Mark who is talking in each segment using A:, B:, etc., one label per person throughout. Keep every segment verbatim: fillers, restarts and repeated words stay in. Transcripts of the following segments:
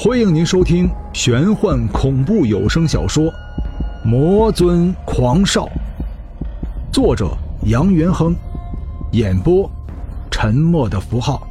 A: 欢迎您收听玄幻恐怖有声小说《魔尊狂少》，作者杨元亨，演播沉默的符号。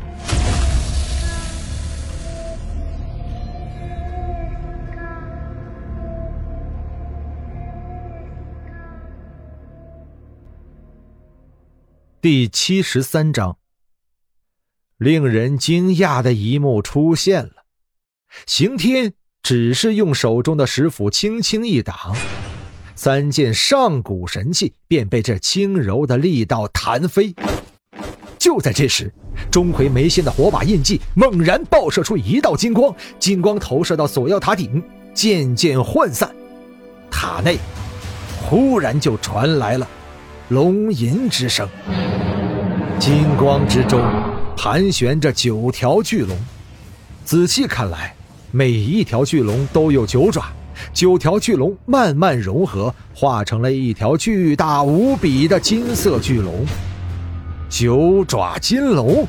B: 第七十三章，令人惊讶的一幕出现了。刑天只是用手中的石斧轻轻一挡，三件上古神器便被这轻柔的力道弹飞。就在这时，钟馗眉心的火把印记猛然爆射出一道金光，金光投射到锁妖塔顶，渐渐涣散。塔内忽然就传来了龙吟之声，金光之中盘旋着九条巨龙。仔细看来，每一条巨龙都有九爪，九条巨龙慢慢融合，化成了一条巨大无比的金色巨龙。九爪金龙！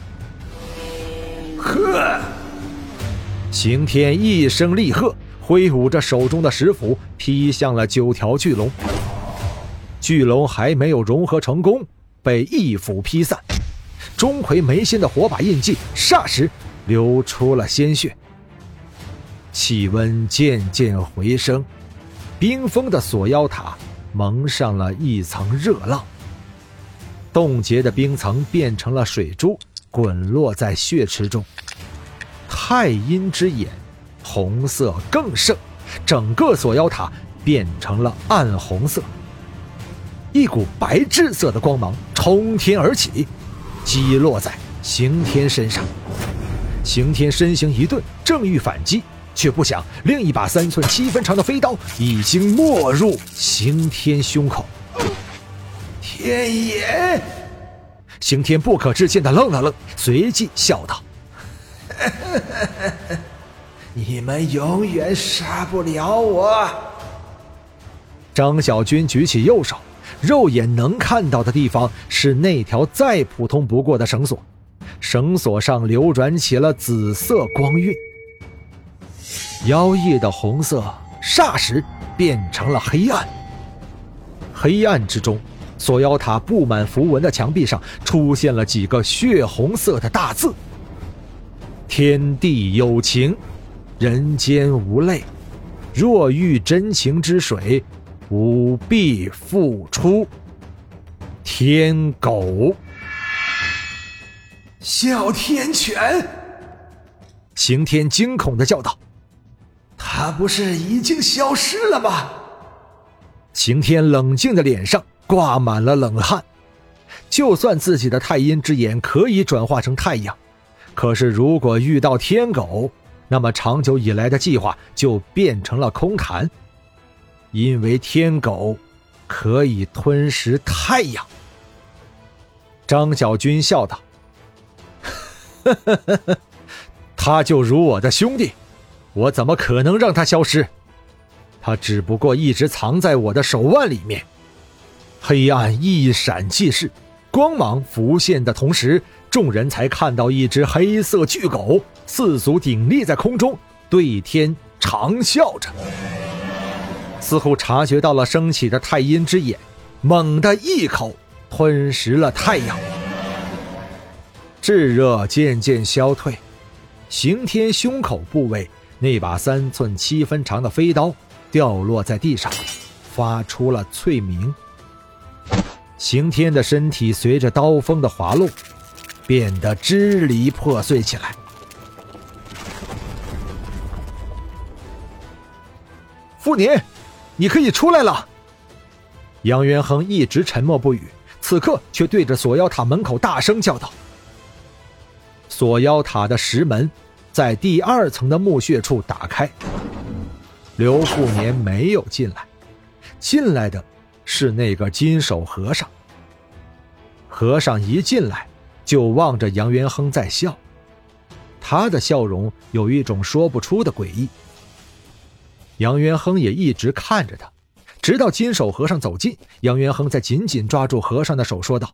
B: 呵！刑天一声厉喝，挥舞着手中的石斧劈向了九条巨龙。巨龙还没有融合成功，被一斧劈散。钟馗眉心的火把印记霎时流出了鲜血。气温渐渐回升，冰封的锁妖塔蒙上了一层热浪，冻结的冰层变成了水珠，滚落在血池中。太阴之眼红色更盛，整个锁妖塔变成了暗红色。一股白炽色的光芒冲天而起，击落在刑天身上。刑天身形一顿，正欲反击，却不想另一把三寸七分长的飞刀已经没入刑天胸口。天爷！刑天不可置信地愣了愣，随即笑道：你们永远杀不了我。张小军举起右手，肉眼能看到的地方是那条再普通不过的绳索，绳索上流转起了紫色光晕。妖异的红色霎时变成了黑暗。黑暗之中，锁妖塔布满符文的墙壁上出现了几个血红色的大字：天地有情，人间无泪，若遇真情之水，吾必复出。天狗！哮天犬！刑天惊恐地叫道：他不是已经消失了吗？刑天冷静的脸上挂满了冷汗。就算自己的太阴之眼可以转化成太阳，可是如果遇到天狗，那么长久以来的计划就变成了空谈。因为天狗可以吞食太阳。张小军笑道：他就如我的兄弟，我怎么可能让他消失？他只不过一直藏在我的手腕里面。黑暗一闪即逝，光芒浮现的同时，众人才看到一只黑色巨狗四足鼎立在空中，对天长啸着，似乎察觉到了升起的太阴之眼，猛地一口吞食了太阳。炙热渐渐消退，刑天胸口部位那把三寸七分长的飞刀掉落在地上，发出了脆鸣。刑天的身体随着刀锋的滑落变得支离破碎起来。傅年，你可以出来了。杨元亨一直沉默不语，此刻却对着锁妖塔门口大声叫道。锁妖塔的石门在第二层的墓穴处打开，刘富年没有进来，进来的是那个金手和尚。和尚一进来就望着杨元亨在笑，他的笑容有一种说不出的诡异。杨元亨也一直看着他，直到金手和尚走近，杨元亨才紧紧抓住和尚的手说道：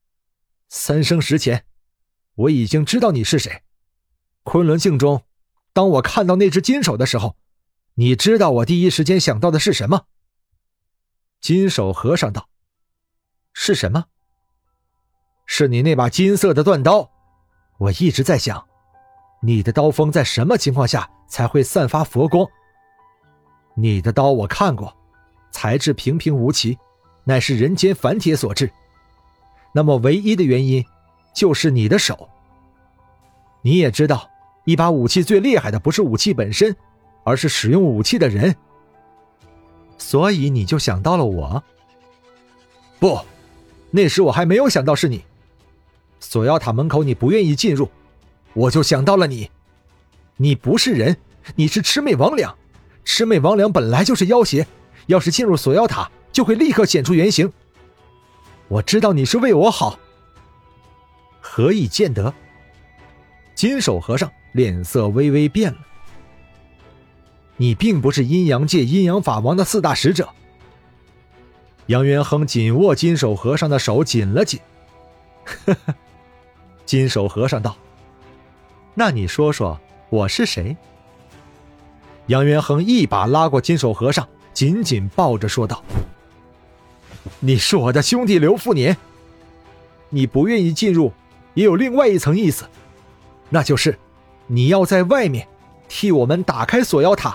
B: 三生石前，我已经知道你是谁。昆仑镜中当我看到那只金手的时候，你知道我第一时间想到的是什么？金手和尚道：是什么？是你那把金色的断刀。我一直在想，你的刀锋在什么情况下才会散发佛光？你的刀我看过，材质平平无奇，乃是人间凡铁所制。那么唯一的原因就是你的手。你也知道，一把武器最厉害的不是武器本身，而是使用武器的人。所以你就想到了我？不，那时我还没有想到是你。锁妖塔门口你不愿意进入，我就想到了你。你不是人，你是魑魅魍魉。魑魅魍魉本来就是妖邪，要是进入锁妖塔，就会立刻显出原形。我知道你是为我好。何以见得？金手和尚脸色微微变了。你并不是阴阳界阴阳法王的四大使者。杨元亨紧握金手和尚的手紧了紧。呵呵，金手和尚道：那你说说我是谁？杨元亨一把拉过金手和尚，紧紧抱着说道：你是我的兄弟刘富年。你不愿意进入也有另外一层意思，那就是你要在外面替我们打开锁妖塔。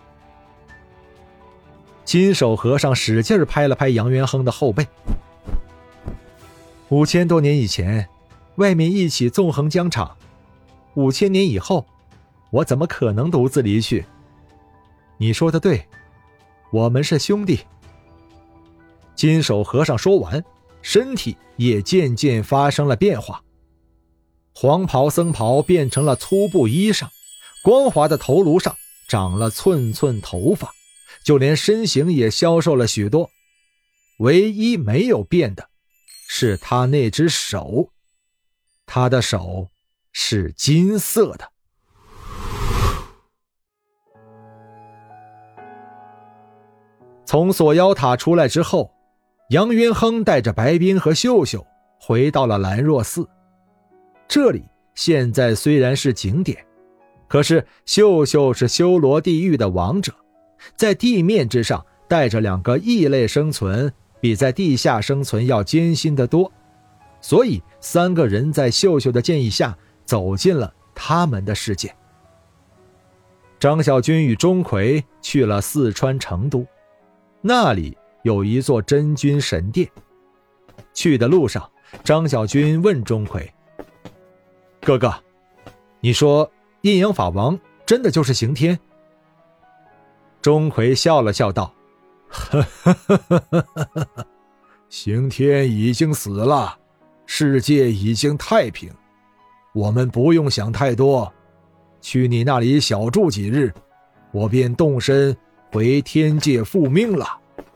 B: 金手和尚使劲拍了拍杨元亨的后背。五千多年以前，外面一起纵横疆场，五千年以后，我怎么可能独自离去？你说的对，我们是兄弟。金手和尚说完，身体也渐渐发生了变化，黄袍僧袍变成了粗布衣裳，光滑的头颅上长了寸寸头发，就连身形也消瘦了许多。唯一没有变的是他那只手，他的手是金色的。从锁妖塔出来之后，杨元亨带着白冰和秀秀回到了兰若寺。这里现在虽然是景点，可是秀秀是修罗地狱的王者，在地面之上带着两个异类生存，比在地下生存要艰辛得多，所以三个人在秀秀的建议下走进了他们的世界。张小军与钟馗去了四川成都，那里有一座真君神殿。去的路上，张小军问钟馗：哥哥，你说阴阳法王真的就是刑天？钟馗笑了笑道：呵呵呵呵呵呵，刑天已经死了，世界已经太平，我们不用想太多，去你那里小住几日，我便动身回天界复命了。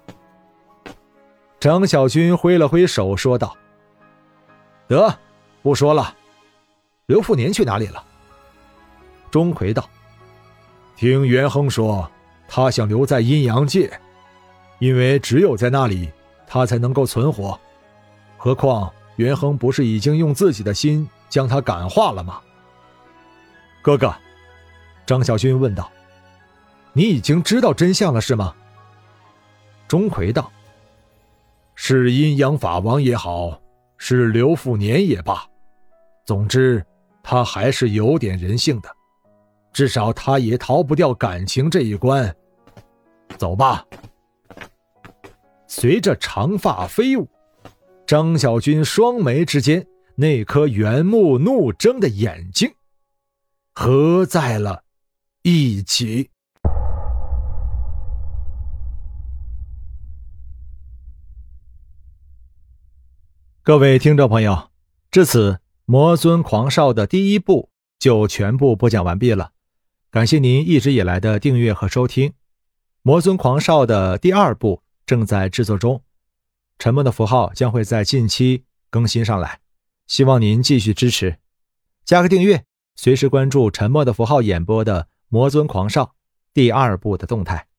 B: 张小军挥了挥手说道：得，不说了。刘富年去哪里了？钟馗道：听元亨说，他想留在阴阳界，因为只有在那里他才能够存活，何况元亨不是已经用自己的心将他感化了吗？哥哥，张小军问道：你已经知道真相了是吗？钟馗道：是阴阳法王也好，是刘富年也罢，总之他还是有点人性的，至少他也逃不掉感情这一关。走吧。随着长发飞舞，张小军双眉之间那颗圆目怒睁的眼睛合在了一起。各位听众朋友，至此魔尊狂少的第一部就全部播讲完毕了，感谢您一直以来的订阅和收听。魔尊狂少的第二部正在制作中，沉默的符号将会在近期更新上来，希望您继续支持，加个订阅，随时关注沉默的符号演播的魔尊狂少第二部的动态。